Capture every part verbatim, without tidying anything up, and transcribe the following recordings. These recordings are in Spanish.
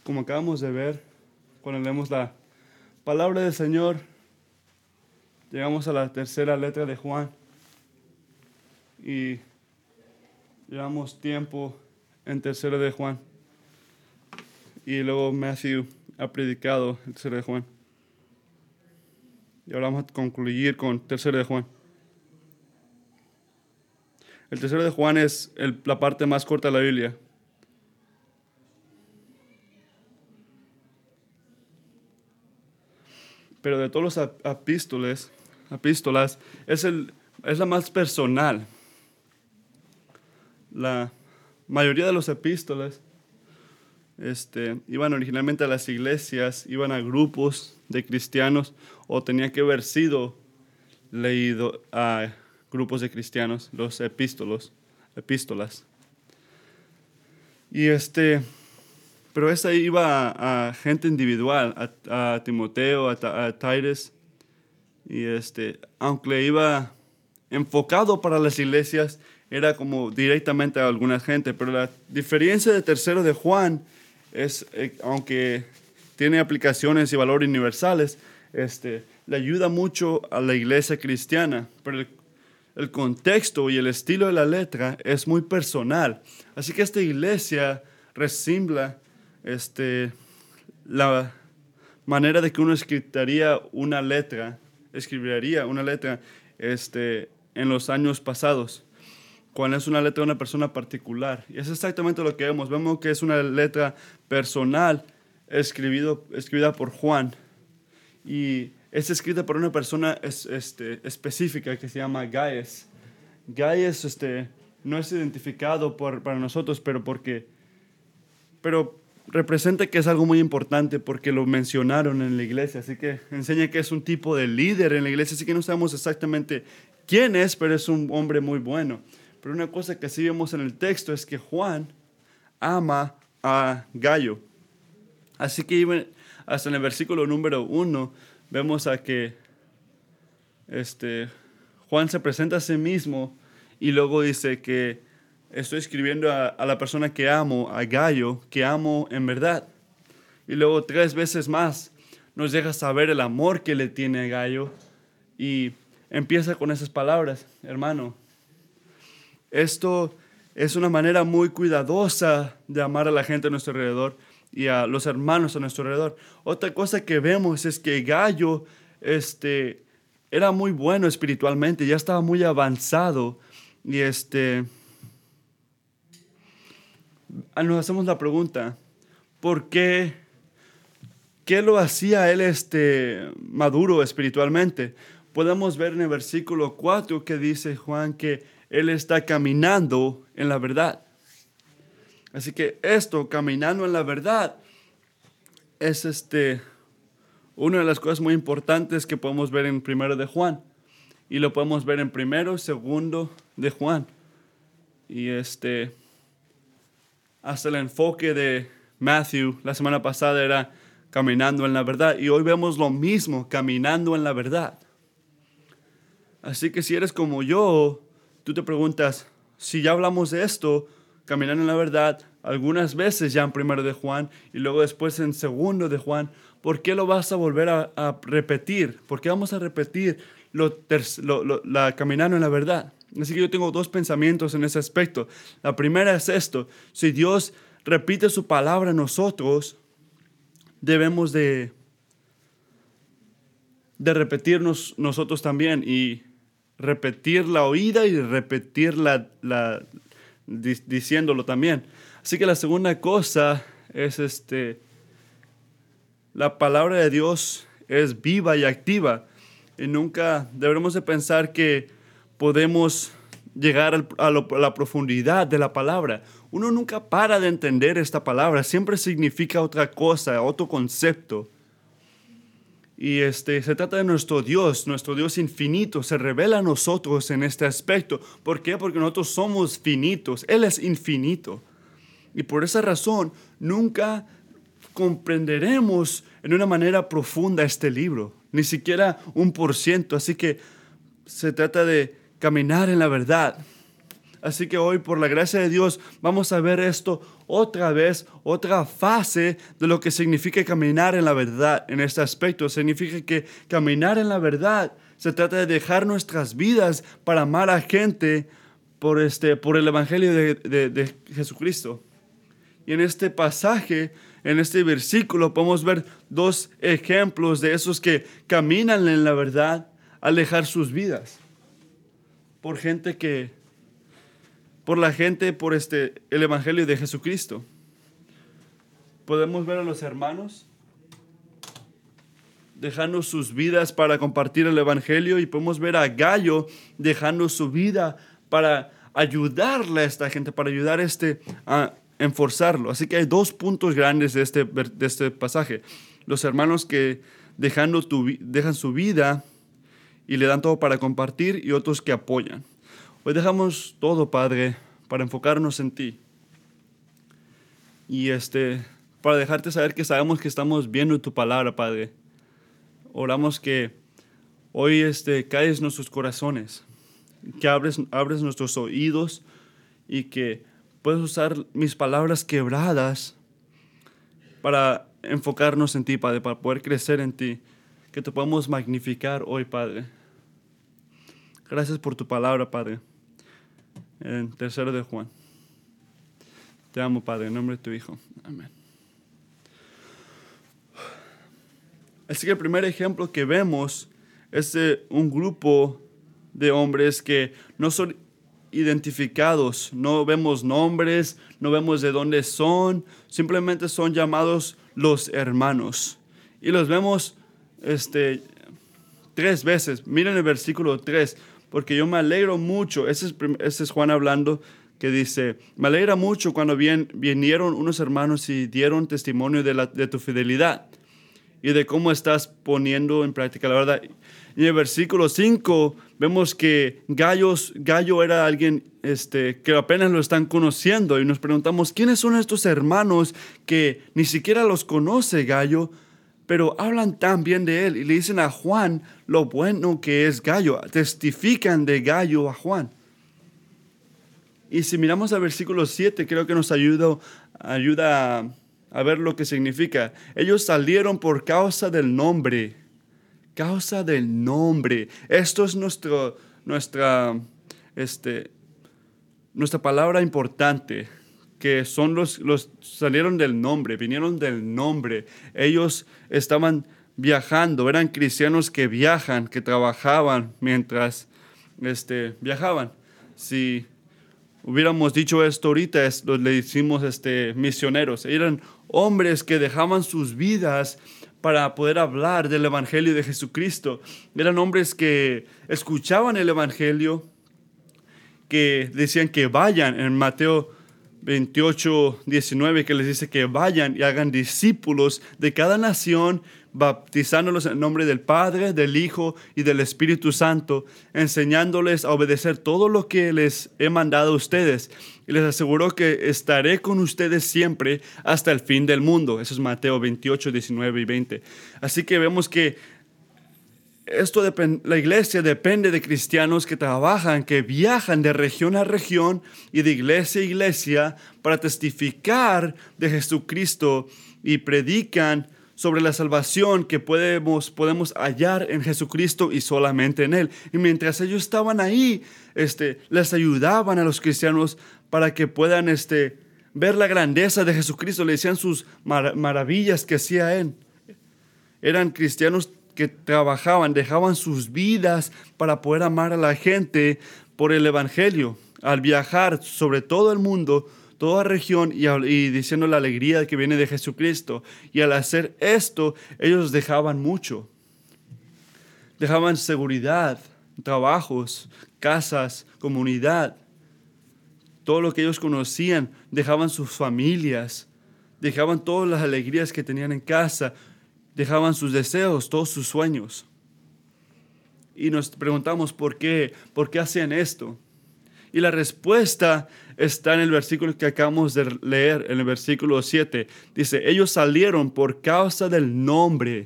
como acabamos de ver, cuando leemos la palabra del Señor, llegamos a la tercera letra de Juan y llevamos tiempo en tercera de Juan. Y luego Matthew ha predicado el tercero de Juan. Y ahora vamos a concluir con tercero de Juan. El tercero de Juan es el, la parte más corta de la Biblia. Pero de todos los epístoles, epístolas, es, el, es la más personal. La mayoría de los epístolas este, iban originalmente a las iglesias, iban a grupos de cristianos o tenía que haber sido leído a grupos de cristianos, los epístolos, epístolas. Y este, pero esa iba a, a gente individual, a, a Timoteo, a, a Titus, y este, aunque iba enfocado para las iglesias, era como directamente a alguna gente. Pero la diferencia de tercero de Juan es, eh, aunque tiene aplicaciones y valores universales, este, le ayuda mucho a la iglesia cristiana, pero el, el contexto y el estilo de la letra es muy personal. Así que esta iglesia resembla este, la manera de que uno escribiría una letra, escribiría una letra este, en los años pasados, cuando es una letra de una persona particular. Y es exactamente lo que vemos. Vemos que es una letra personal escribido, escribida por Juan. Y es escrita por una persona es, este, específica que se llama Gaius. Gaius este, no es identificado por, para nosotros, pero, porque, pero representa que es algo muy importante porque lo mencionaron en la iglesia. Así que enseña que es un tipo de líder en la iglesia. Así que no sabemos exactamente quién es, pero es un hombre muy bueno. Pero una cosa que sí vemos en el texto es que Juan ama a Gayo. Así que hasta en el versículo número uno vemos a que este, Juan se presenta a sí mismo y luego dice que estoy escribiendo a, a la persona que amo, a Gayo, que amo en verdad. Y luego tres veces más nos deja saber el amor que le tiene a Gayo y empieza con esas palabras: hermano, esto es una manera muy cuidadosa de amar a la gente a nuestro alrededor y a los hermanos a nuestro alrededor. Otra cosa que vemos es que Gayo este, era muy bueno espiritualmente, ya estaba muy avanzado. Y este, nos hacemos la pregunta, ¿por qué? ¿Qué lo hacía él este, maduro espiritualmente? Podemos ver en el versículo cuatro que dice Juan que él está caminando en la verdad. Así que esto, caminando en la verdad, es este, una de las cosas muy importantes que podemos ver en primero de Juan. Y lo podemos ver en primero, segundo de Juan. Y este, hasta el enfoque de Matthew la semana pasada era caminando en la verdad. Y hoy vemos lo mismo, caminando en la verdad. Así que si eres como yo, tú te preguntas, si ya hablamos de esto, caminando en la verdad, algunas veces ya en primero de Juan y luego después en segundo de Juan, ¿por qué lo vas a volver a, a repetir? ¿Por qué vamos a repetir lo, ter, lo, lo, la caminando en la verdad? Así que yo tengo dos pensamientos en ese aspecto. La primera es esto: si Dios repite su palabra a nosotros, debemos de, de repetirnos nosotros también y repetir la oída y repetir la, la diciéndolo también. Así que la segunda cosa es este, la palabra de Dios es viva y activa y nunca deberemos de pensar que podemos llegar a, lo, a la profundidad de la palabra. Uno nunca para de entender esta palabra, siempre significa otra cosa, otro concepto. Y este, se trata de nuestro Dios, nuestro Dios infinito, se revela a nosotros en este aspecto. ¿Por qué? Porque nosotros somos finitos, Él es infinito. Y por esa razón, nunca comprenderemos en una manera profunda este libro, ni siquiera un por ciento. Así que se trata de caminar en la verdad. Así que hoy, por la gracia de Dios, vamos a ver esto otra vez, otra fase de lo que significa caminar en la verdad. En este aspecto, significa que caminar en la verdad se trata de dejar nuestras vidas para amar a gente por, este, por el Evangelio de, de, de Jesucristo. Y en este pasaje, en este versículo, podemos ver dos ejemplos de esos que caminan en la verdad al dejar sus vidas por gente que, por la gente, por este, el Evangelio de Jesucristo. Podemos ver a los hermanos dejando sus vidas para compartir el Evangelio, y podemos ver a Gayo dejando su vida para ayudarle a esta gente, para ayudar a este a enforzarlo. Así que hay dos puntos grandes de este, de este pasaje. Los hermanos que dejando tu, dejan su vida y le dan todo para compartir, y otros que apoyan. Hoy dejamos todo, Padre, para enfocarnos en ti. Y este, para dejarte saber que sabemos que estamos viendo tu palabra, Padre. Oramos que hoy este, calles nuestros corazones, que abres, abres nuestros oídos, y que puedes usar mis palabras quebradas para enfocarnos en ti, Padre, para poder crecer en ti, que te podamos magnificar hoy, Padre. Gracias por tu palabra, Padre. En tercero de Juan. Te amo, Padre, en nombre de tu Hijo. Amén. Así que el primer ejemplo que vemos es de un grupo de hombres que no son identificados, no vemos nombres, no vemos de dónde son, simplemente son llamados los hermanos. Y los vemos este, tres veces. Miren el versículo tres, porque yo me alegro mucho. Ese es, ese es Juan hablando, que dice: me alegra mucho cuando vien, vinieron unos hermanos y dieron testimonio de, la, de tu fidelidad y de cómo estás poniendo en práctica la verdad. Y en el versículo cinco vemos que Gayos, Gayo era alguien este, que apenas lo están conociendo, y nos preguntamos, ¿quiénes son estos hermanos que ni siquiera los conoce Gayo, pero hablan tan bien de él? Y le dicen a Juan lo bueno que es Gayo, testifican de Gayo a Juan. Y si miramos al versículo siete, creo que nos ayuda, ayuda a, a ver lo que significa. Ellos salieron por causa del nombre. Causa del nombre. Esto es nuestro, nuestra, este, nuestra palabra importante, que son los, los salieron del nombre, vinieron del nombre. Ellos estaban viajando, eran cristianos que viajan, que trabajaban mientras este, viajaban. Si hubiéramos dicho esto ahorita, es, le decimos este, misioneros. Eran hombres que dejaban sus vidas para poder hablar del Evangelio de Jesucristo. Eran hombres que escuchaban el Evangelio, que decían que vayan, en Mateo veintiocho, diecinueve, que les dice que vayan y hagan discípulos de cada nación, bautizándolos en el nombre del Padre, del Hijo y del Espíritu Santo, enseñándoles a obedecer todo lo que les he mandado a ustedes. Y les aseguro que estaré con ustedes siempre hasta el fin del mundo. Eso es Mateo veintiocho, diecinueve y veinte. Así que vemos que esto depend- la iglesia depende de cristianos que trabajan, que viajan de región a región y de iglesia a iglesia para testificar de Jesucristo, y predican sobre la salvación que podemos, podemos hallar en Jesucristo y solamente en Él. Y mientras ellos estaban ahí, este, les ayudaban a los cristianos para que puedan este, ver la grandeza de Jesucristo. Le decían sus mar- maravillas que hacía Él. Eran cristianos que trabajaban, dejaban sus vidas para poder amar a la gente por el Evangelio. Al viajar sobre todo el mundo, toda región, y, y diciendo la alegría que viene de Jesucristo. Y al hacer esto, ellos dejaban mucho. Dejaban seguridad, trabajos, casas, comunidad. Todo lo que ellos conocían, dejaban sus familias, dejaban todas las alegrías que tenían en casa, dejaban sus deseos, todos sus sueños. Y nos preguntamos por qué, por qué hacían esto. Y la respuesta está en el versículo que acabamos de leer, en el versículo siete. Dice, ellos salieron por causa del nombre.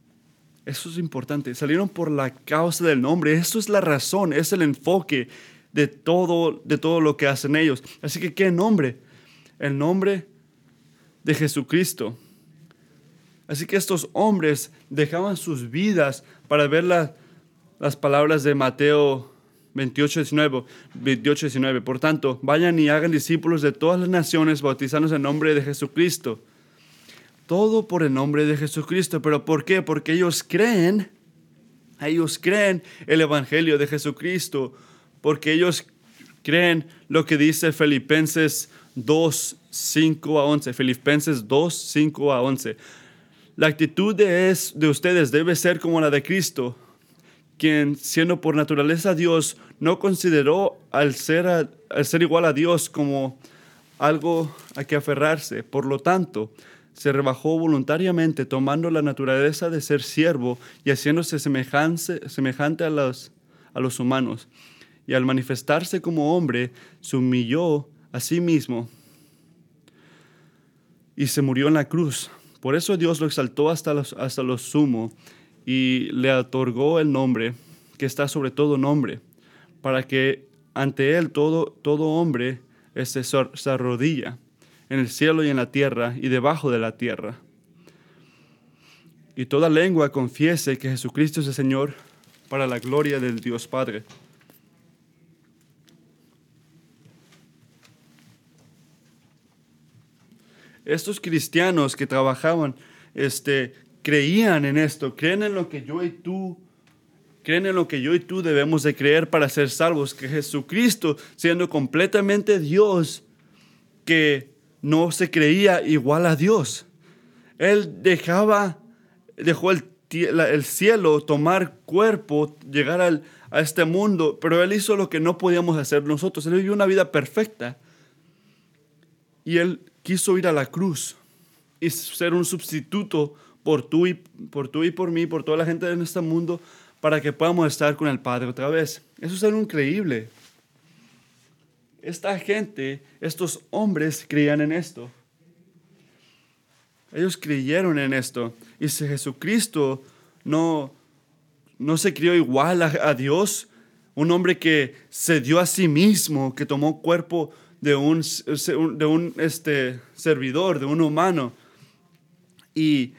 Eso es importante. Salieron por la causa del nombre. Eso es la razón, es el enfoque de todo, de todo lo que hacen ellos. Así que, ¿qué nombre? El nombre de Jesucristo. Así que estos hombres dejaban sus vidas para ver la, las palabras de Mateo veintiocho, diecinueve. Por tanto, vayan y hagan discípulos de todas las naciones, bautizándolos en nombre de Jesucristo. Todo por el nombre de Jesucristo. ¿Pero por qué? Porque ellos creen, ellos creen el Evangelio de Jesucristo. Porque ellos creen lo que dice Filipenses dos, cinco a once. Filipenses dos, cinco a once. La actitud de, es, de ustedes debe ser como la de Cristo, quien, siendo por naturaleza Dios, no consideró al ser, a, al ser igual a Dios como algo a que aferrarse. Por lo tanto, se rebajó voluntariamente, tomando la naturaleza de ser siervo y haciéndose semejante, semejante a, los, a los humanos. Y al manifestarse como hombre, se humilló a sí mismo y se murió en la cruz. Por eso Dios lo exaltó hasta lo, hasta lo sumo y le otorgó el nombre que está sobre todo nombre, para que ante Él todo, todo hombre se, se arrodilla en el cielo y en la tierra y debajo de la tierra. Y toda lengua confiese que Jesucristo es el Señor, para la gloria del Dios Padre. Estos cristianos que trabajaban, este, creían en esto, creen en lo que yo y tú, creen en lo que yo y tú debemos de creer para ser salvos, que Jesucristo, siendo completamente Dios, que no se creía igual a Dios. Él dejaba, dejó el, el cielo tomar cuerpo, llegar al, a este mundo, pero Él hizo lo que no podíamos hacer nosotros. Él vivió una vida perfecta. Y Él quiso ir a la cruz y ser un sustituto por tú y por, tú y por mí, por toda la gente en este mundo, para que podamos estar con el Padre otra vez. Eso es algo increíble. Esta gente, estos hombres creían en esto. Ellos creyeron en esto. Y si Jesucristo no, no se crió igual a, a Dios, un hombre que se dio a sí mismo, que tomó cuerpo de un, de un este, servidor, de un humano, y,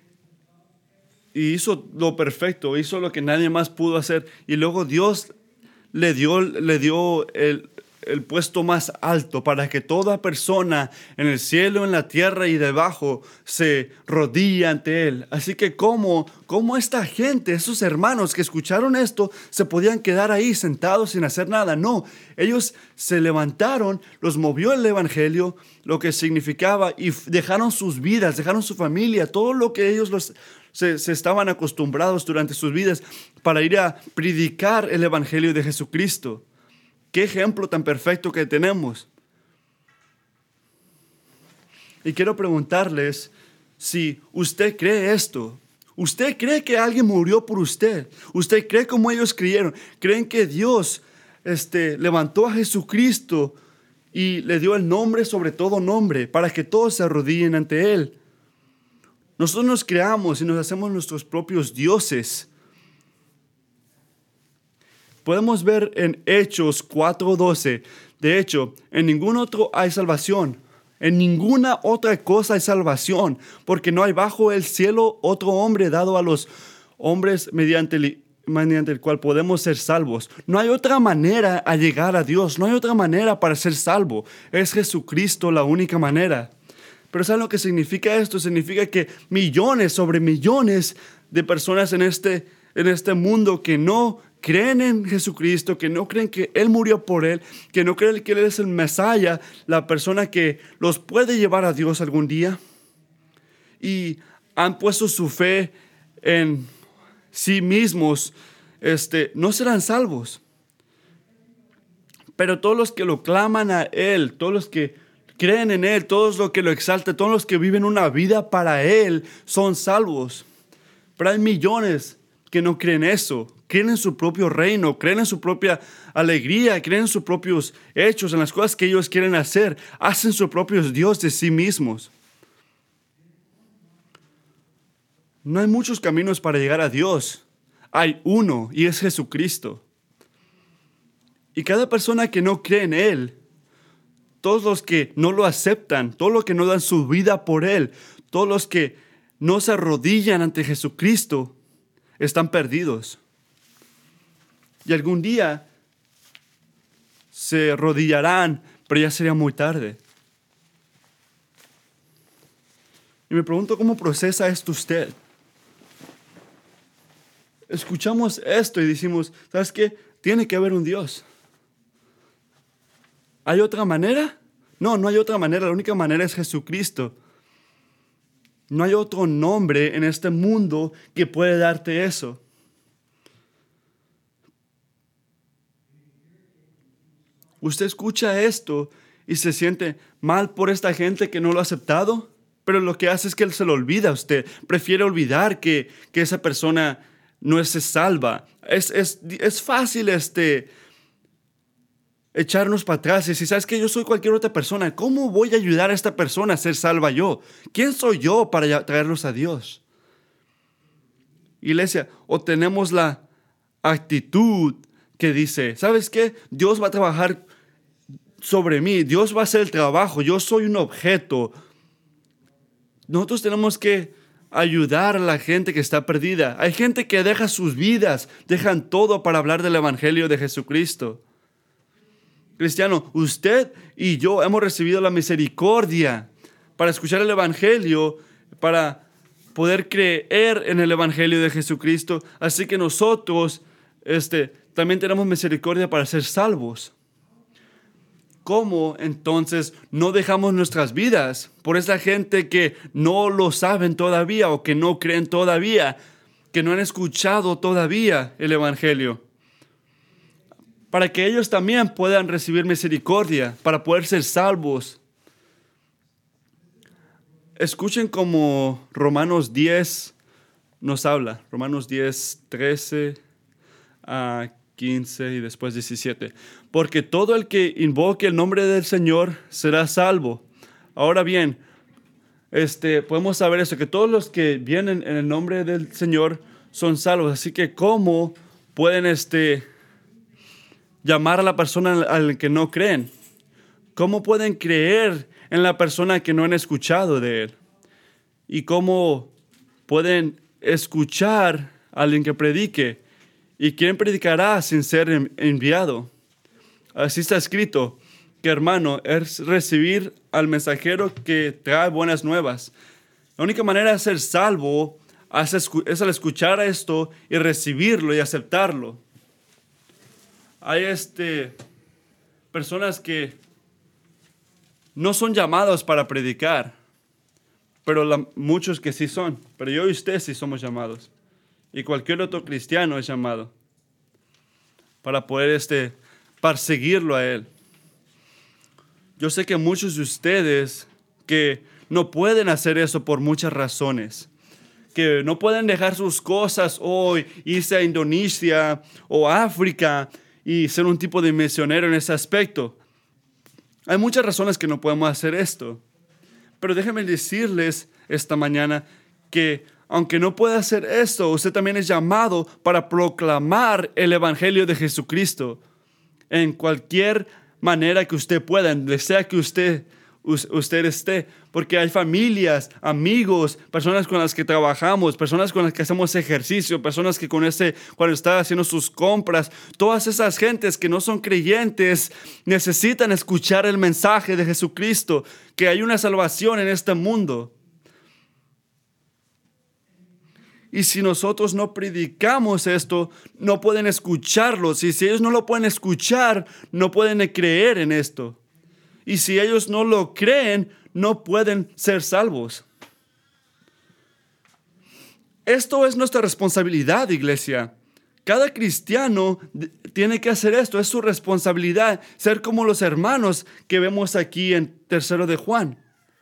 y hizo lo perfecto, hizo lo que nadie más pudo hacer, y luego Dios le dio, le dio el, el puesto más alto para que toda persona en el cielo, en la tierra y debajo se rodilla ante Él. Así que ¿cómo, cómo esta gente, esos hermanos que escucharon esto, se podían quedar ahí sentados sin hacer nada? No, ellos se levantaron, los movió el Evangelio, lo que significaba, y dejaron sus vidas, dejaron su familia, todo lo que ellos los, se, se estaban acostumbrados durante sus vidas para ir a predicar el Evangelio de Jesucristo. Qué ejemplo tan perfecto que tenemos. Y quiero preguntarles si usted cree esto. ¿Usted cree que alguien murió por usted? ¿Usted cree como ellos creyeron? ¿Creen que Dios este, levantó a Jesucristo y le dio el nombre sobre todo nombre para que todos se arrodillen ante Él? Nosotros nos creamos y nos hacemos nuestros propios dioses. Podemos ver en Hechos cuatro doce, de hecho, en ningún otro hay salvación, en ninguna otra cosa hay salvación, porque no hay bajo el cielo otro hombre dado a los hombres mediante el, mediante el cual podemos ser salvos. No hay otra manera a llegar a Dios, no hay otra manera para ser salvo. Es Jesucristo la única manera. Pero ¿saben lo que significa esto? Significa que millones sobre millones de personas en este, en este mundo que no creen en Jesucristo, que no creen que Él murió por Él, que no creen que Él es el Mesías, la persona que los puede llevar a Dios algún día, y han puesto su fe en sí mismos, este, no serán salvos. Pero todos los que lo claman a Él, todos los que creen en Él, todos los que lo exaltan, todos los que viven una vida para Él, son salvos. Pero hay millones que no creen eso. Creen en su propio reino, creen en su propia alegría, creen en sus propios hechos, en las cosas que ellos quieren hacer. Hacen sus propios dioses de sí mismos. No hay muchos caminos para llegar a Dios. Hay uno y es Jesucristo. Y cada persona que no cree en Él, todos los que no lo aceptan, todos los que no dan su vida por Él, todos los que no se arrodillan ante Jesucristo, están perdidos. Y algún día se arrodillarán, pero ya sería muy tarde. Y me pregunto cómo procesa esto usted. Escuchamos esto y decimos, ¿sabes qué? Tiene que haber un Dios. ¿Hay otra manera? No, no hay otra manera. La única manera es Jesucristo. No hay otro nombre en este mundo que puede darte eso. Usted escucha esto y se siente mal por esta gente que no lo ha aceptado, pero lo que hace es que él se lo olvida a usted. Prefiere olvidar que, que esa persona no es salva. Es, es, es fácil este, echarnos para atrás y decir, ¿sabes qué? Yo soy cualquier otra persona. ¿Cómo voy a ayudar a esta persona a ser salva yo? ¿Quién soy yo para traerlos a Dios? Iglesia, o tenemos la actitud que dice, ¿sabes qué? Dios va a trabajar sobre mí. Dios va a hacer el trabajo. Yo soy un objeto. Nosotros tenemos que ayudar a la gente que está perdida. Hay gente que deja sus vidas, dejan todo para hablar del Evangelio de Jesucristo. Cristiano, usted y yo hemos recibido la misericordia para escuchar el Evangelio, para poder creer en el Evangelio de Jesucristo. Así que nosotros este, también tenemos misericordia para ser salvos. ¿Cómo entonces no dejamos nuestras vidas por esa gente que no lo saben todavía o que no creen todavía, que no han escuchado todavía el Evangelio? Para que ellos también puedan recibir misericordia, para poder ser salvos. Escuchen como Romanos diez nos habla. Romanos diez, trece a quince y después diecisiete. Porque todo el que invoque el nombre del Señor será salvo. Ahora bien, este, podemos saber eso, que todos los que vienen en el nombre del Señor son salvos. Así que, ¿cómo pueden este, llamar a la persona al que no creen? ¿Cómo pueden creer en la persona que no han escuchado de Él? ¿Y cómo pueden escuchar a alguien que predique? ¿Y quién predicará sin ser enviado? Así está escrito, que hermano, es recibir al mensajero que trae buenas nuevas. La única manera de ser salvo es al escuchar esto y recibirlo y aceptarlo. Hay este, personas que no son llamados para predicar, pero la, muchos que sí son. Pero yo y usted sí somos llamados. Y cualquier otro cristiano es llamado para poder este, perseguirlo a Él. Yo sé que muchos de ustedes que no pueden hacer eso por muchas razones, que no pueden dejar sus cosas hoy, irse a Indonesia o África y ser un tipo de misionero en ese aspecto. Hay muchas razones que no podemos hacer esto. Pero déjenme decirles esta mañana que aunque no pueda hacer esto, usted también es llamado para proclamar el Evangelio de Jesucristo en cualquier manera que usted pueda, donde sea que usted, usted esté. Porque hay familias, amigos, personas con las que trabajamos, personas con las que hacemos ejercicio, personas que con ese, cuando está haciendo sus compras, todas esas gentes que no son creyentes necesitan escuchar el mensaje de Jesucristo, que hay una salvación en este mundo. Y si nosotros no predicamos esto, no pueden escucharlo. Y si ellos no lo pueden escuchar, no pueden creer en esto. Y si ellos no lo creen, no pueden ser salvos. Esto es nuestra responsabilidad, iglesia. Cada cristiano tiene que hacer esto. Es su responsabilidad ser como los hermanos que vemos aquí en Tercero de Juan.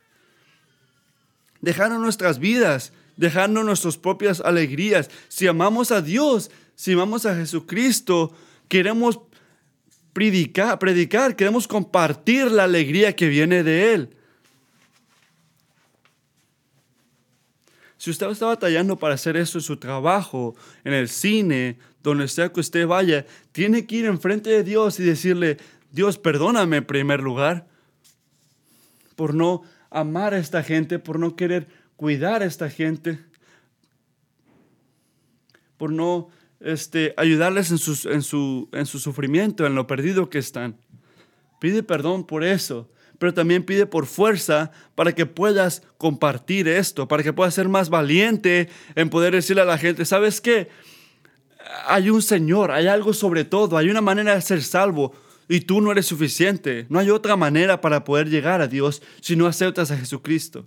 Dejando nuestras vidas, dejando nuestras propias alegrías. Si amamos a Dios, si amamos a Jesucristo, queremos predicar, predicar, queremos compartir la alegría que viene de Él. Si usted está batallando para hacer eso en su trabajo, en el cine, donde sea que usted vaya, tiene que ir enfrente de Dios y decirle, Dios, perdóname en primer lugar por no amar a esta gente, por no querer cuidar a esta gente, por no este, ayudarles en, sus, en, su, en su sufrimiento, en lo perdido que están. Pide perdón por eso, pero también pide por fuerza para que puedas compartir esto, para que puedas ser más valiente en poder decirle a la gente, ¿sabes qué? Hay un Señor, hay algo sobre todo, hay una manera de ser salvo y tú no eres suficiente. No hay otra manera para poder llegar a Dios si no aceptas a Jesucristo.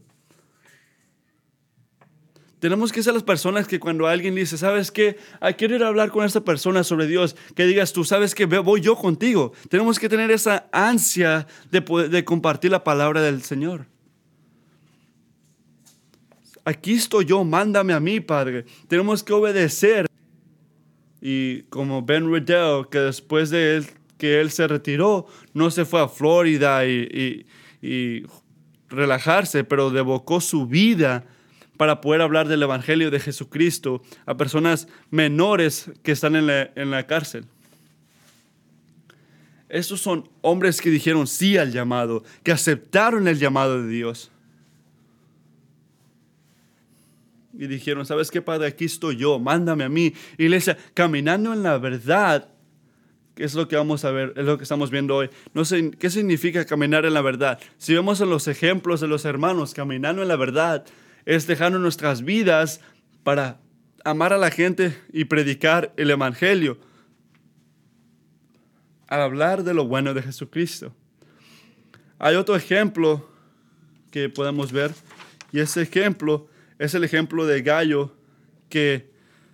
Tenemos que ser las personas que cuando alguien dice, ¿sabes qué? Ah, quiero ir a hablar con esta persona sobre Dios, que digas tú, ¿sabes qué? Voy yo contigo. Tenemos que tener esa ansia de, poder, de compartir la palabra del Señor. Aquí estoy yo, mándame a mí, Padre. Tenemos que obedecer. Y como Ben Riddell, que después de él, que él se retiró, no se fue a Florida y, y, y relajarse, pero devocó su vida para poder hablar del Evangelio de Jesucristo a personas menores que están en la, en la cárcel. Estos son hombres que dijeron sí al llamado, que aceptaron el llamado de Dios. Y dijeron, ¿sabes qué, Padre? Aquí estoy yo, mándame a mí. Iglesia, caminando en la verdad, que es lo que vamos a ver, es lo que estamos viendo hoy. No sé, ¿qué significa caminar en la verdad? Si vemos en los ejemplos de los hermanos, caminando en la verdad, es dejar nuestras vidas para amar a la gente y predicar el Evangelio, al hablar de lo bueno de Jesucristo. Hay otro ejemplo que podemos ver, y ese ejemplo es el ejemplo de Gallo, que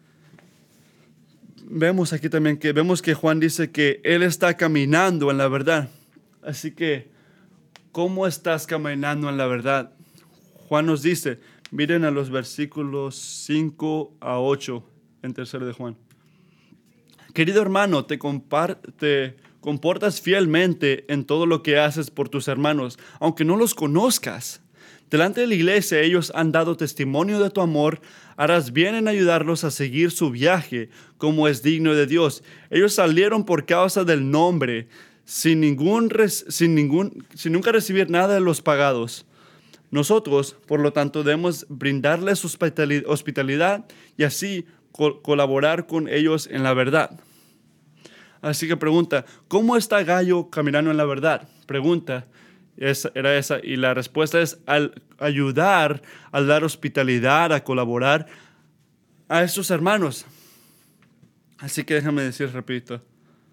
vemos aquí también, que vemos que Juan dice que él está caminando en la verdad. Así que, ¿cómo estás caminando en la verdad? Juan nos dice, miren a los versículos cinco a ocho en tercero de Juan. Querido hermano, te, te comportas fielmente en todo lo que haces por tus hermanos, aunque no los conozcas. Delante de la iglesia ellos han dado testimonio de tu amor. Harás bien en ayudarlos a seguir su viaje como es digno de Dios. Ellos salieron por causa del nombre, sin, ningún, sin, ningún, sin nunca recibir nada de los pagados. Nosotros, por lo tanto, debemos brindarles hospitalidad y así co- colaborar con ellos en la verdad. Así que pregunta, ¿cómo está Gallo caminando en la verdad? Pregunta, esa, era esa. Y la respuesta es al ayudar, al dar hospitalidad, a colaborar a estos hermanos. Así que déjame decir rapidito.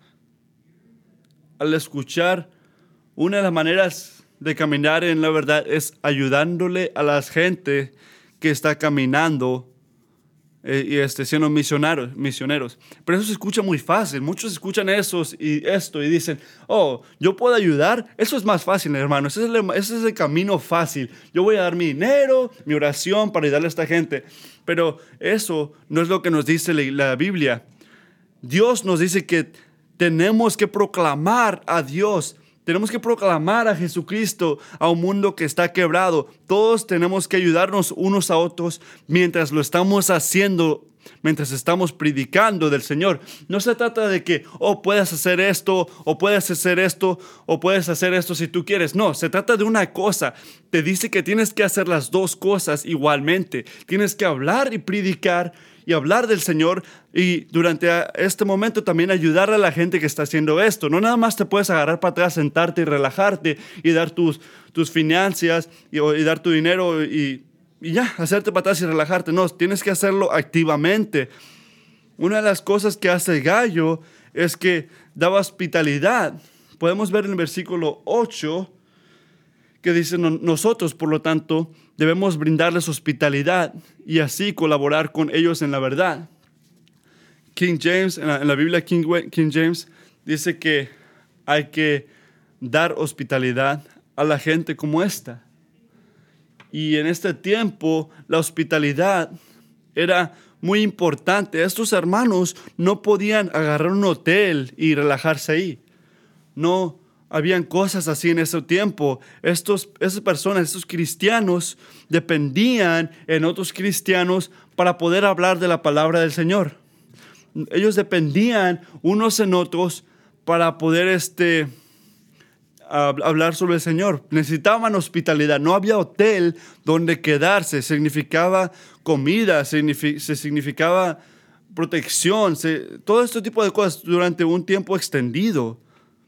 Al escuchar, una de las maneras de caminar en la verdad es ayudándole a la gente que está caminando eh, y este, siendo misioneros, misioneros. Pero eso se escucha muy fácil. Muchos escuchan eso y esto y dicen, oh, ¿yo puedo ayudar? Eso es más fácil, hermano. Ese es, el, ese es el camino fácil. Yo voy a dar mi dinero, mi oración para ayudarle a esta gente. Pero eso no es lo que nos dice la, la Biblia. Dios nos dice que tenemos que proclamar a Dios. Tenemos que proclamar a Jesucristo a un mundo que está quebrado. Todos tenemos que ayudarnos unos a otros mientras lo estamos haciendo, mientras estamos predicando del Señor. No se trata de que, oh, puedes hacer esto, o puedes hacer esto, o puedes hacer esto si tú quieres. No, se trata de una cosa. Te dice que tienes que hacer las dos cosas igualmente. Tienes que hablar y predicar y hablar del Señor, y durante este momento también ayudar a la gente que está haciendo esto. No nada más te puedes agarrar para atrás, sentarte y relajarte y dar tus, tus finanzas y, y dar tu dinero y, y ya, hacerte para atrás y relajarte. No, tienes que hacerlo activamente. Una de las cosas que hace Gallo es que daba hospitalidad. Podemos ver en el versículo ocho que dice, nosotros, por lo tanto, debemos brindarles hospitalidad y así colaborar con ellos en la verdad. King James, en la, en la Biblia King, King James, dice que hay que dar hospitalidad a la gente como esta. Y en este tiempo, la hospitalidad era muy importante. Estos hermanos no podían agarrar un hotel y relajarse ahí. No, habían cosas así en ese tiempo. Estos, esas personas, estos cristianos, dependían en otros cristianos para poder hablar de la palabra del Señor. Ellos dependían unos en otros para poder este, hablar sobre el Señor. Necesitaban hospitalidad. No había hotel donde quedarse. Significaba comida, signific- se significaba protección, se, todo este tipo de cosas durante un tiempo extendido.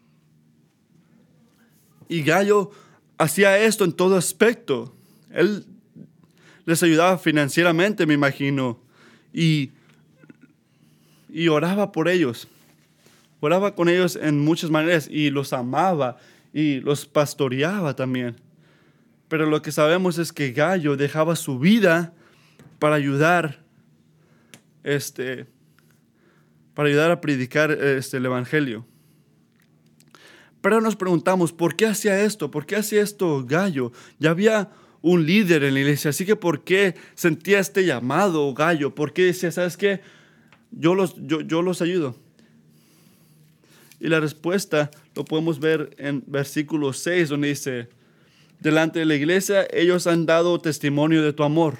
Y Gayo hacía esto en todo aspecto. Él les ayudaba financieramente, me imagino, y, y oraba por ellos. Oraba con ellos en muchas maneras y los amaba y los pastoreaba también. Pero lo que sabemos es que Gayo dejaba su vida para ayudar, este, para ayudar a predicar este, el evangelio. Pero nos preguntamos, ¿por qué hacía esto? ¿Por qué hacía esto Gayo? Ya había un líder en la iglesia, así que ¿por qué sentía este llamado Gayo? ¿Por qué decía, sabes qué? Yo los, yo, yo los ayudo. Y la respuesta lo podemos ver en versículo seis, donde dice, delante de la iglesia ellos han dado testimonio de tu amor.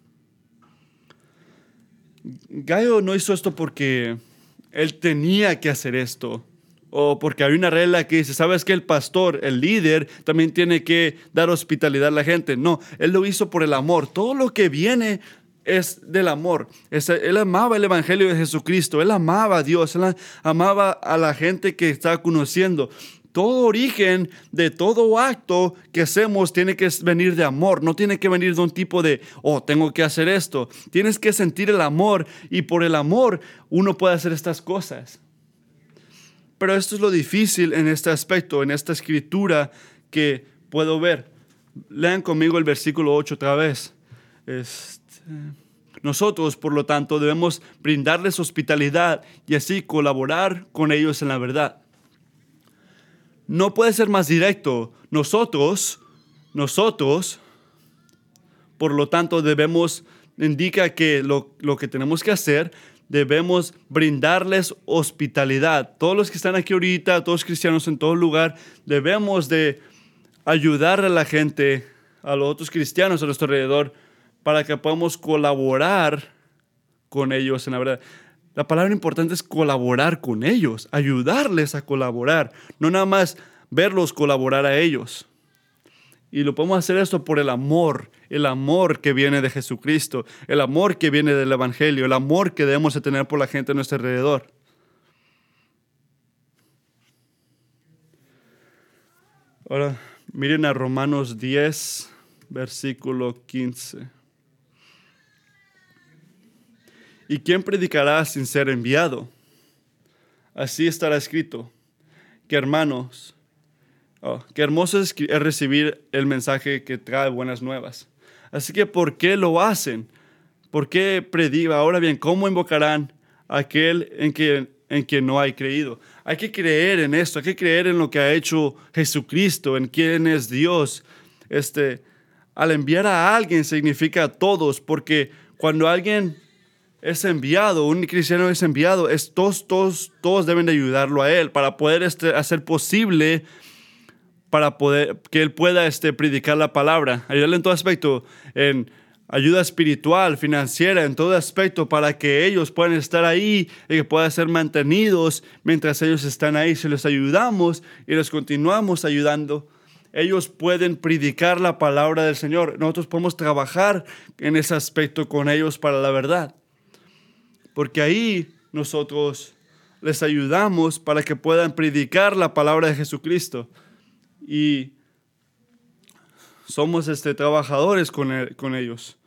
Gayo no hizo esto porque él tenía que hacer esto. O porque hay una regla que dice, ¿sabes qué? El pastor, el líder, también tiene que dar hospitalidad a la gente. No, él lo hizo por el amor. Todo lo que viene es del amor. Es, él amaba el evangelio de Jesucristo. Él amaba a Dios. Él amaba a la gente que estaba conociendo. Todo origen de todo acto que hacemos tiene que venir de amor. No tiene que venir de un tipo de, oh, tengo que hacer esto. Tienes que sentir el amor y por el amor uno puede hacer estas cosas. Pero esto es lo difícil en este aspecto, en esta escritura que puedo ver. Lean conmigo el versículo ocho otra vez. Este, nosotros, por lo tanto, debemos brindarles hospitalidad y así colaborar con ellos en la verdad. No puede ser más directo. Nosotros, nosotros, por lo tanto, debemos, indica que lo, lo que tenemos que hacer, debemos brindarles hospitalidad. Todos los que están aquí ahorita, todos los cristianos en todo lugar, debemos de ayudar a la gente, a los otros cristianos a nuestro alrededor, para que podamos colaborar con ellos en la verdad. La palabra importante es colaborar con ellos, ayudarles a colaborar, no nada más verlos colaborar a ellos. Y lo podemos hacer esto por el amor, el amor que viene de Jesucristo, el amor que viene del evangelio, el amor que debemos de tener por la gente a nuestro alrededor. Ahora, miren a Romanos diez, versículo quince. ¿Y quién predicará sin ser enviado? Así estará escrito, que hermanos, Oh, qué hermoso es recibir el mensaje que trae buenas nuevas. Así que, ¿por qué lo hacen? ¿Por qué predican? Ahora bien, ¿cómo invocarán a aquel en quien, en quien no hay creído? Hay que creer en esto, hay que creer en lo que ha hecho Jesucristo, en quién es Dios. Este, al enviar a alguien significa a todos, porque cuando alguien es enviado, un cristiano es enviado, es todos, todos, todos deben de ayudarlo a él para poder este, hacer posible para poder que él pueda este, predicar la palabra, ayudarle en todo aspecto, en ayuda espiritual, financiera, en todo aspecto, para que ellos puedan estar ahí y que puedan ser mantenidos mientras ellos están ahí. Si les ayudamos y les continuamos ayudando, ellos pueden predicar la palabra del Señor. Nosotros podemos trabajar en ese aspecto con ellos para la verdad, porque ahí nosotros les ayudamos para que puedan predicar la palabra de Jesucristo. Y somos este, trabajadores con, el, con ellos.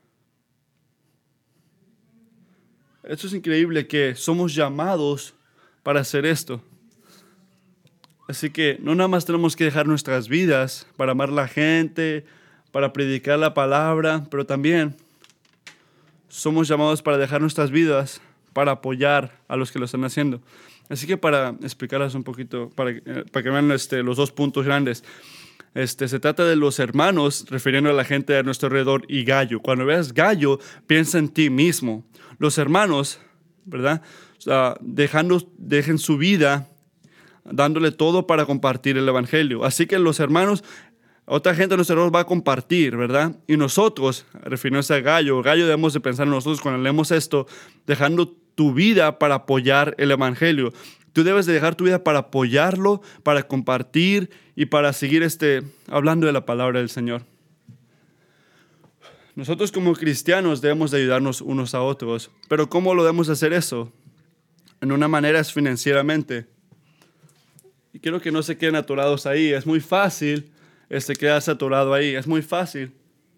Esto es increíble que somos llamados para hacer esto. Así que no nada más tenemos que dejar nuestras vidas para amar a la gente, para predicar la palabra, pero también somos llamados para dejar nuestras vidas para apoyar a los que lo están haciendo. Así que para explicarles un poquito, para, para que vean este, los dos puntos grandes, este, se trata de los hermanos, refiriendo a la gente a nuestro alrededor, y Gayo. Cuando veas Gayo, piensa en ti mismo. Los hermanos, ¿verdad? O sea, dejando, dejen su vida dándole todo para compartir el evangelio. Así que los hermanos, otra gente de nuestros hermanos va a compartir, ¿verdad? Y nosotros, refiriéndose a Gallo, Gallo debemos de pensar en nosotros cuando leemos esto, dejando tu vida para apoyar el evangelio. Tú debes de dejar tu vida para apoyarlo, para compartir y para seguir este, hablando de la palabra del Señor. Nosotros como cristianos debemos de ayudarnos unos a otros. Pero ¿cómo lo debemos hacer eso? En una manera es financieramente. Y quiero que no se queden atorados ahí. Es muy fácil este, quedarse atorado ahí. Es muy fácil.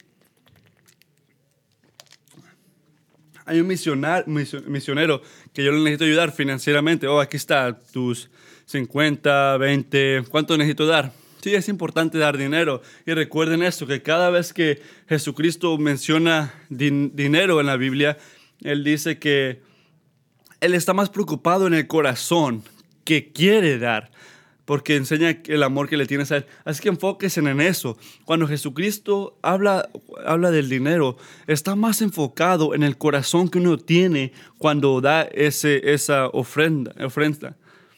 Hay un misionar, misionero que yo le necesito ayudar financieramente. Oh, aquí está tus cincuenta, veinte. ¿Cuánto necesito dar? Sí, es importante dar dinero. Y recuerden esto, que cada vez que Jesucristo menciona din- dinero en la Biblia, Él dice que Él está más preocupado en el corazón que quiere dar, porque enseña el amor que le tienes a Él. Así que enfóquense en eso. Cuando Jesucristo habla, habla del dinero, está más enfocado en el corazón que uno tiene cuando da ese, esa ofrenda, ofrenda.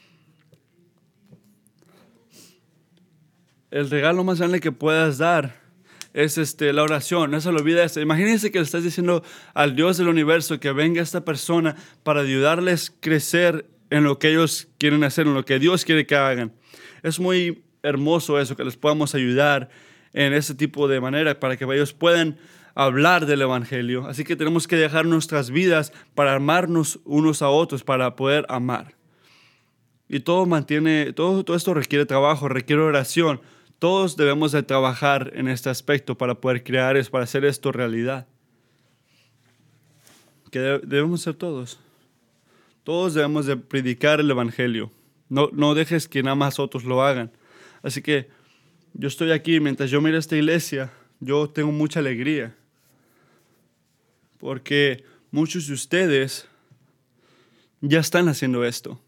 El regalo más grande que puedas dar es este, la oración. No se lo olvide eso. Imagínense que le estás diciendo al Dios del universo que venga esta persona para ayudarles a crecer en lo que ellos quieren hacer, en lo que Dios quiere que hagan. Es muy hermoso eso, que les podamos ayudar en ese tipo de manera para que ellos puedan hablar del evangelio. Así que tenemos que dejar nuestras vidas para amarnos unos a otros, para poder amar. Y todo mantiene, todo, todo esto requiere trabajo, requiere oración. Todos debemos de trabajar en este aspecto para poder crear eso, para hacer esto realidad. Que debemos ser todos. Todos debemos de predicar el evangelio. No, no dejes que nada más otros lo hagan. Así que yo estoy aquí, mientras yo miro esta iglesia, yo tengo mucha alegría. Porque muchos de ustedes ya están haciendo esto.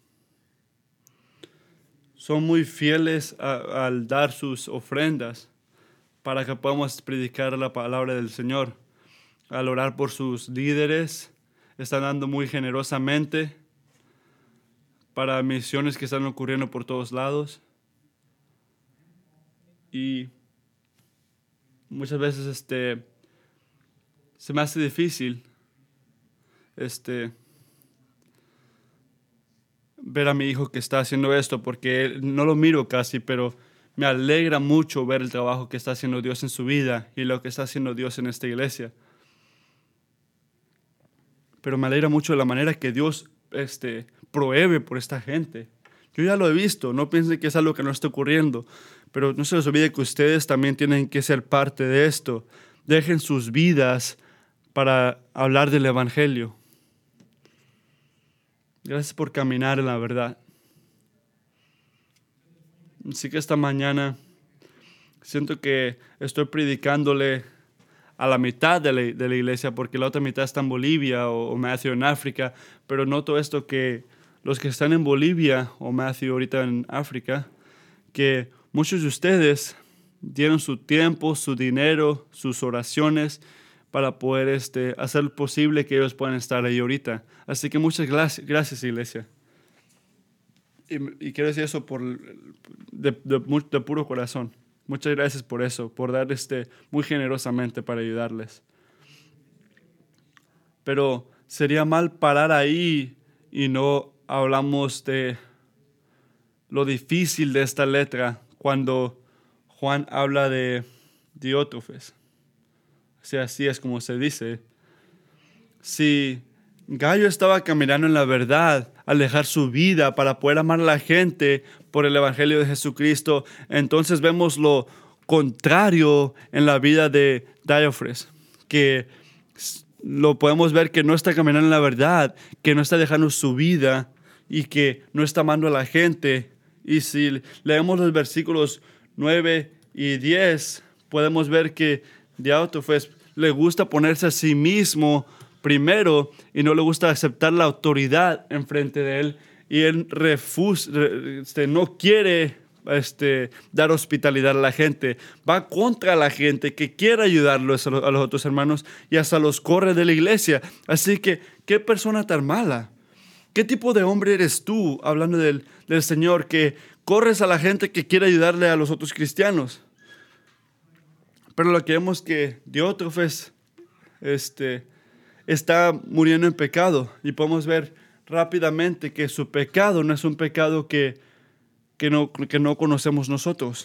Son muy fieles a, al dar sus ofrendas para que podamos predicar la palabra del Señor. Al orar por sus líderes, están dando muy generosamente para misiones que están ocurriendo por todos lados. Y muchas veces este, se me hace difícil este, ver a mi hijo que está haciendo esto, porque no lo miro casi, pero me alegra mucho ver el trabajo que está haciendo Dios en su vida y lo que está haciendo Dios en esta iglesia. Pero me alegra mucho la manera que Dios este, provee por esta gente. Yo ya lo he visto, no piensen que es algo que no está ocurriendo, pero no se les olvide que ustedes también tienen que ser parte de esto. Dejen sus vidas para hablar del evangelio. Gracias por caminar en la verdad. Así que esta mañana siento que estoy predicándole a la mitad de la, de la iglesia, porque la otra mitad está en Bolivia o, o Matthew en África, pero noto esto, que los que están en Bolivia o Matthew ahorita en África, que muchos de ustedes dieron su tiempo, su dinero, sus oraciones para poder este, hacer posible que ellos puedan estar ahí ahorita. Así que muchas gracias, gracias iglesia. Y, y quiero decir eso por, de, de, de puro corazón. Muchas gracias por eso, por dar este, muy generosamente para ayudarles. Pero sería mal parar ahí y no hablamos de lo difícil de esta letra cuando Juan habla de Diótrefes. O sea, así es como se dice. Si Gallo estaba caminando en la verdad al dejar su vida para poder amar a la gente por el evangelio de Jesucristo, entonces vemos lo contrario en la vida de Diótrefes, que lo podemos ver que no está caminando en la verdad, que no está dejando su vida y que no está amando a la gente. Y si leemos los versículos nueve y diez, podemos ver que Diótrefes le gusta ponerse a sí mismo primero y no le gusta aceptar la autoridad enfrente de él, y él refusa, este, no quiere este, dar hospitalidad a la gente, va contra la gente que quiere ayudarlos a los, a los otros hermanos y hasta los corre de la iglesia. Así que, ¿qué persona tan mala? ¿Qué tipo de hombre eres tú, hablando del, del Señor, que corres a la gente que quiere ayudarle a los otros cristianos? Pero lo que vemos que Diótrefes este, está muriendo en pecado, y podemos ver rápidamente que su pecado no es un pecado que, que, no, que no conocemos nosotros.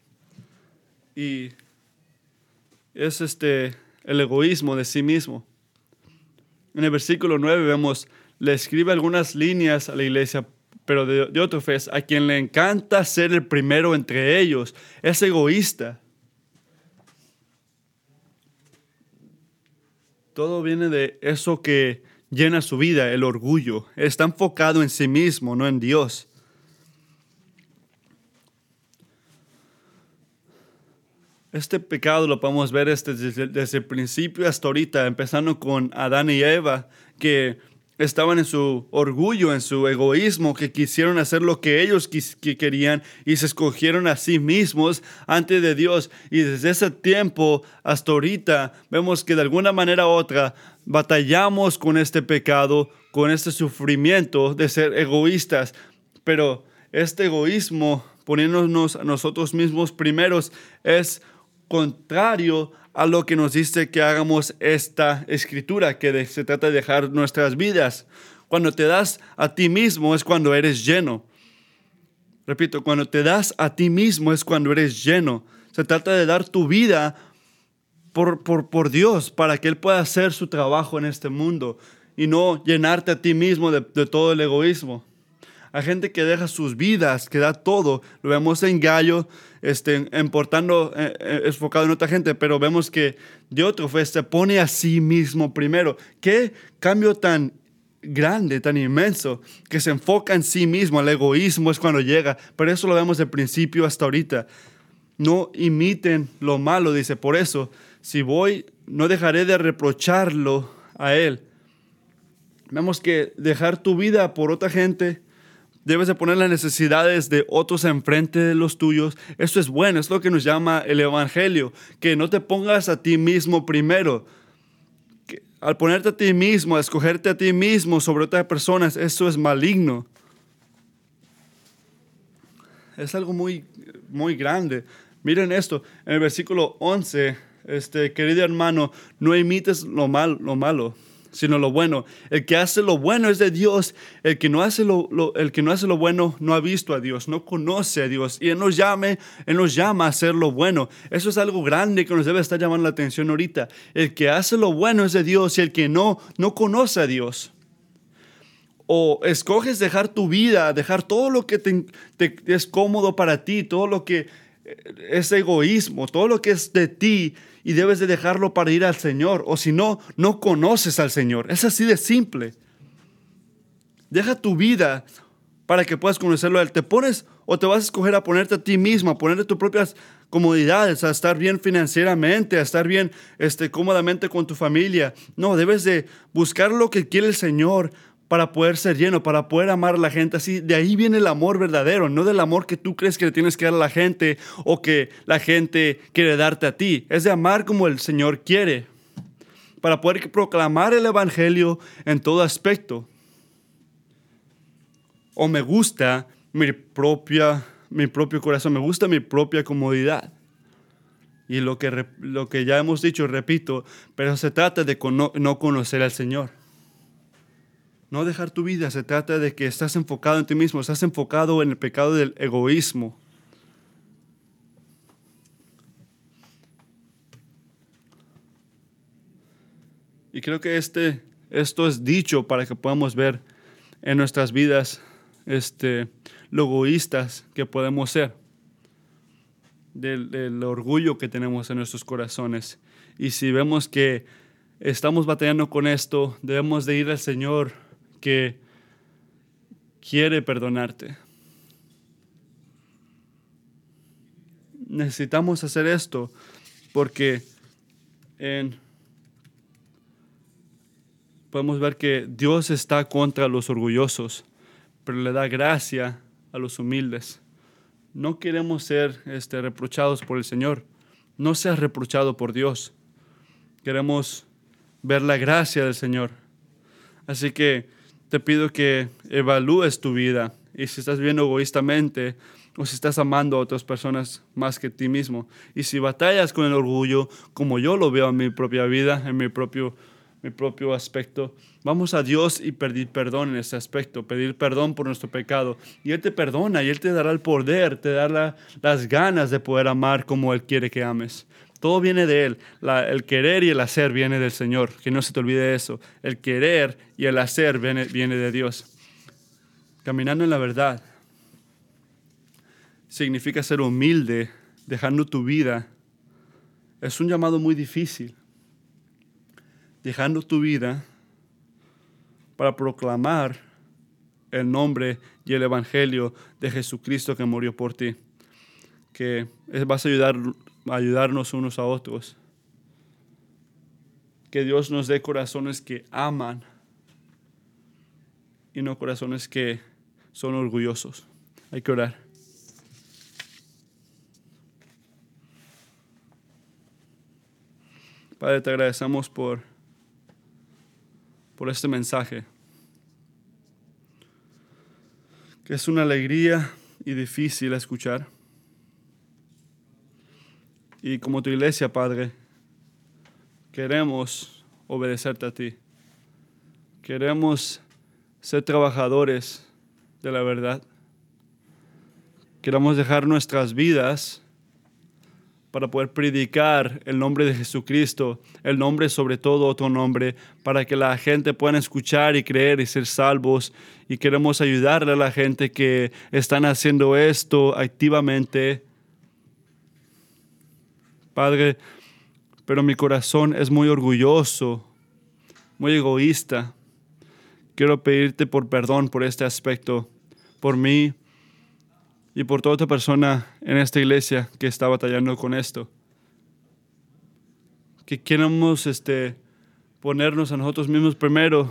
Y es este, el egoísmo de sí mismo. En el versículo nueve vemos, le escribe algunas líneas a la iglesia, pero de Diótrefes, a quien le encanta ser el primero entre ellos, es egoísta. Todo viene de eso que llena su vida, el orgullo. Está enfocado en sí mismo, no en Dios. Este pecado lo podemos ver desde, desde el principio hasta ahorita, empezando con Adán y Eva, que estaban en su orgullo, en su egoísmo, que quisieron hacer lo que ellos quis, que querían y se escogieron a sí mismos antes de Dios. Y desde ese tiempo hasta ahorita vemos que de alguna manera u otra batallamos con este pecado, con este sufrimiento de ser egoístas. Pero este egoísmo, poniéndonos a nosotros mismos primeros, es contrario a lo que nos dice que hagamos esta escritura, que de, se trata de dejar nuestras vidas. Cuando te das a ti mismo es cuando eres lleno. Repito, cuando te das a ti mismo es cuando eres lleno. Se trata de dar tu vida por, por, por Dios, para que Él pueda hacer su trabajo en este mundo y no llenarte a ti mismo de, de todo el egoísmo. Hay gente que deja sus vidas, que da todo. Lo vemos en Gallo, este, importando, eh, eh, enfocado en otra gente, pero vemos que Diótrefes se pone a sí mismo primero. Qué cambio tan grande, tan inmenso, que se enfoca en sí mismo. El egoísmo es cuando llega, pero eso lo vemos del principio hasta ahorita. No imiten lo malo, dice. Por eso, si voy, no dejaré de reprocharlo a él. Vemos que dejar tu vida por otra gente, debes de poner las necesidades de otros enfrente de los tuyos. Eso es bueno, es lo que nos llama el Evangelio, que no te pongas a ti mismo primero. Que al ponerte a ti mismo, a escogerte a ti mismo sobre otras personas, eso es maligno. Es algo muy, muy grande. Miren esto, en el versículo once, este, querido hermano, no imites lo, mal, lo malo, sino lo bueno. El que hace lo bueno es de Dios. El que no hace lo, lo, el que no hace lo bueno no ha visto a Dios, no conoce a Dios. Y Él nos, llame, Él nos llama a hacer lo bueno. Eso es algo grande que nos debe estar llamando la atención ahorita. El que hace lo bueno es de Dios y el que no, no conoce a Dios. O escoges dejar tu vida, dejar todo lo que te, te es cómodo para ti, todo lo que es egoísmo, todo lo que es de ti, y debes de dejarlo para ir al Señor. O si no, no conoces al Señor. Es así de simple. Deja tu vida para que puedas conocerlo a Él. Te pones o te vas a escoger a ponerte a ti mismo, a ponerte tus propias comodidades, a estar bien financieramente, a estar bien este, cómodamente con tu familia. No, debes de buscar lo que quiere el Señor para poder ser lleno, para poder amar a la gente así. De ahí viene el amor verdadero, no del amor que tú crees que le tienes que dar a la gente o que la gente quiere darte a ti. Es de amar como el Señor quiere, para poder proclamar el Evangelio en todo aspecto. O me gusta mi propia, mi propio corazón, me gusta mi propia comodidad. Y lo que, lo que ya hemos dicho, repito, pero se trata de cono- no conocer al Señor. No dejar tu vida, se trata de que estás enfocado en ti mismo, estás enfocado en el pecado del egoísmo. Y creo que este, esto es dicho para que podamos ver en nuestras vidas este, lo egoístas que podemos ser, del, del orgullo que tenemos en nuestros corazones. Y si vemos que estamos batallando con esto, debemos de ir al Señor, que quiere perdonarte. Necesitamos hacer esto porque en, podemos ver que Dios está contra los orgullosos, pero le da gracia a los humildes. No queremos ser este, reprochados por el Señor. No seas reprochado por Dios. Queremos ver la gracia del Señor. Así que te pido que evalúes tu vida y si estás viviendo egoístamente o si estás amando a otras personas más que a ti mismo. Y si batallas con el orgullo, como yo lo veo en mi propia vida, en mi propio, mi propio aspecto, vamos a Dios y pedir perdón en ese aspecto, pedir perdón por nuestro pecado. Y Él te perdona y Él te dará el poder, te dará las ganas de poder amar como Él quiere que ames. Todo viene de Él. La, el querer y el hacer viene del Señor. Que no se te olvide eso. El querer y el hacer viene, viene de Dios. Caminando en la verdad significa ser humilde, dejando tu vida. Es un llamado muy difícil. Dejando tu vida para proclamar el nombre y el evangelio de Jesucristo que murió por ti. Que vas a ayudar, a ayudarnos unos a otros. Que Dios nos dé corazones que aman y no corazones que son orgullosos. Hay que orar. Padre, te agradecemos por, por este mensaje, que es una alegría y difícil escuchar. Y como tu iglesia, Padre, queremos obedecerte a ti. Queremos ser trabajadores de la verdad. Queremos dejar nuestras vidas para poder predicar el nombre de Jesucristo, el nombre sobre todo otro nombre, para que la gente pueda escuchar y creer y ser salvos. Y queremos ayudarle a la gente que están haciendo esto activamente. Padre, pero mi corazón es muy orgulloso, muy egoísta. Quiero pedirte por perdón por este aspecto, por mí y por toda otra persona en esta iglesia que está batallando con esto. Que queremos este, ponernos a nosotros mismos primero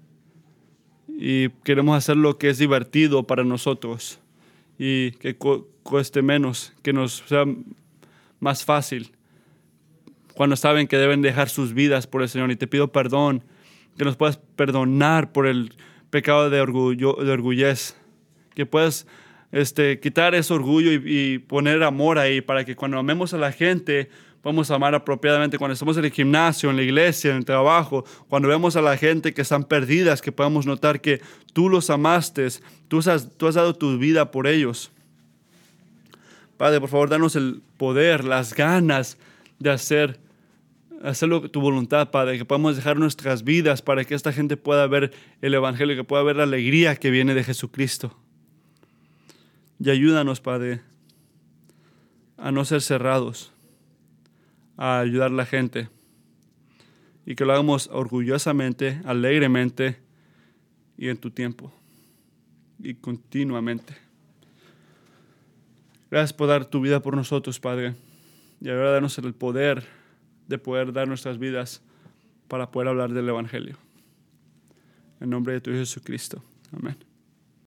y queremos hacer lo que es divertido para nosotros y que cu- cueste menos, que nos sea más fácil cuando saben que deben dejar sus vidas por el Señor. Y te pido perdón, que nos puedas perdonar por el pecado de orgullo, de orgullez, que puedas Este, quitar ese orgullo y, y poner amor ahí para que cuando amemos a la gente podamos amar apropiadamente. Cuando estamos en el gimnasio, en la iglesia, en el trabajo, cuando vemos a la gente que están perdidas, que podamos notar que tú los amaste, tú has, tú has dado tu vida por ellos. Padre, por favor, danos el poder, las ganas de hacer, hacerlo tu voluntad, Padre, que podamos dejar nuestras vidas para que esta gente pueda ver el evangelio, que pueda ver la alegría que viene de Jesucristo. Y ayúdanos, Padre, a no ser cerrados, a ayudar a la gente y que lo hagamos orgullosamente, alegremente y en tu tiempo y continuamente. Gracias por dar tu vida por nosotros, Padre, y ahora danos el poder de poder dar nuestras vidas para poder hablar del evangelio. En nombre de tu Hijo Jesucristo. Amén.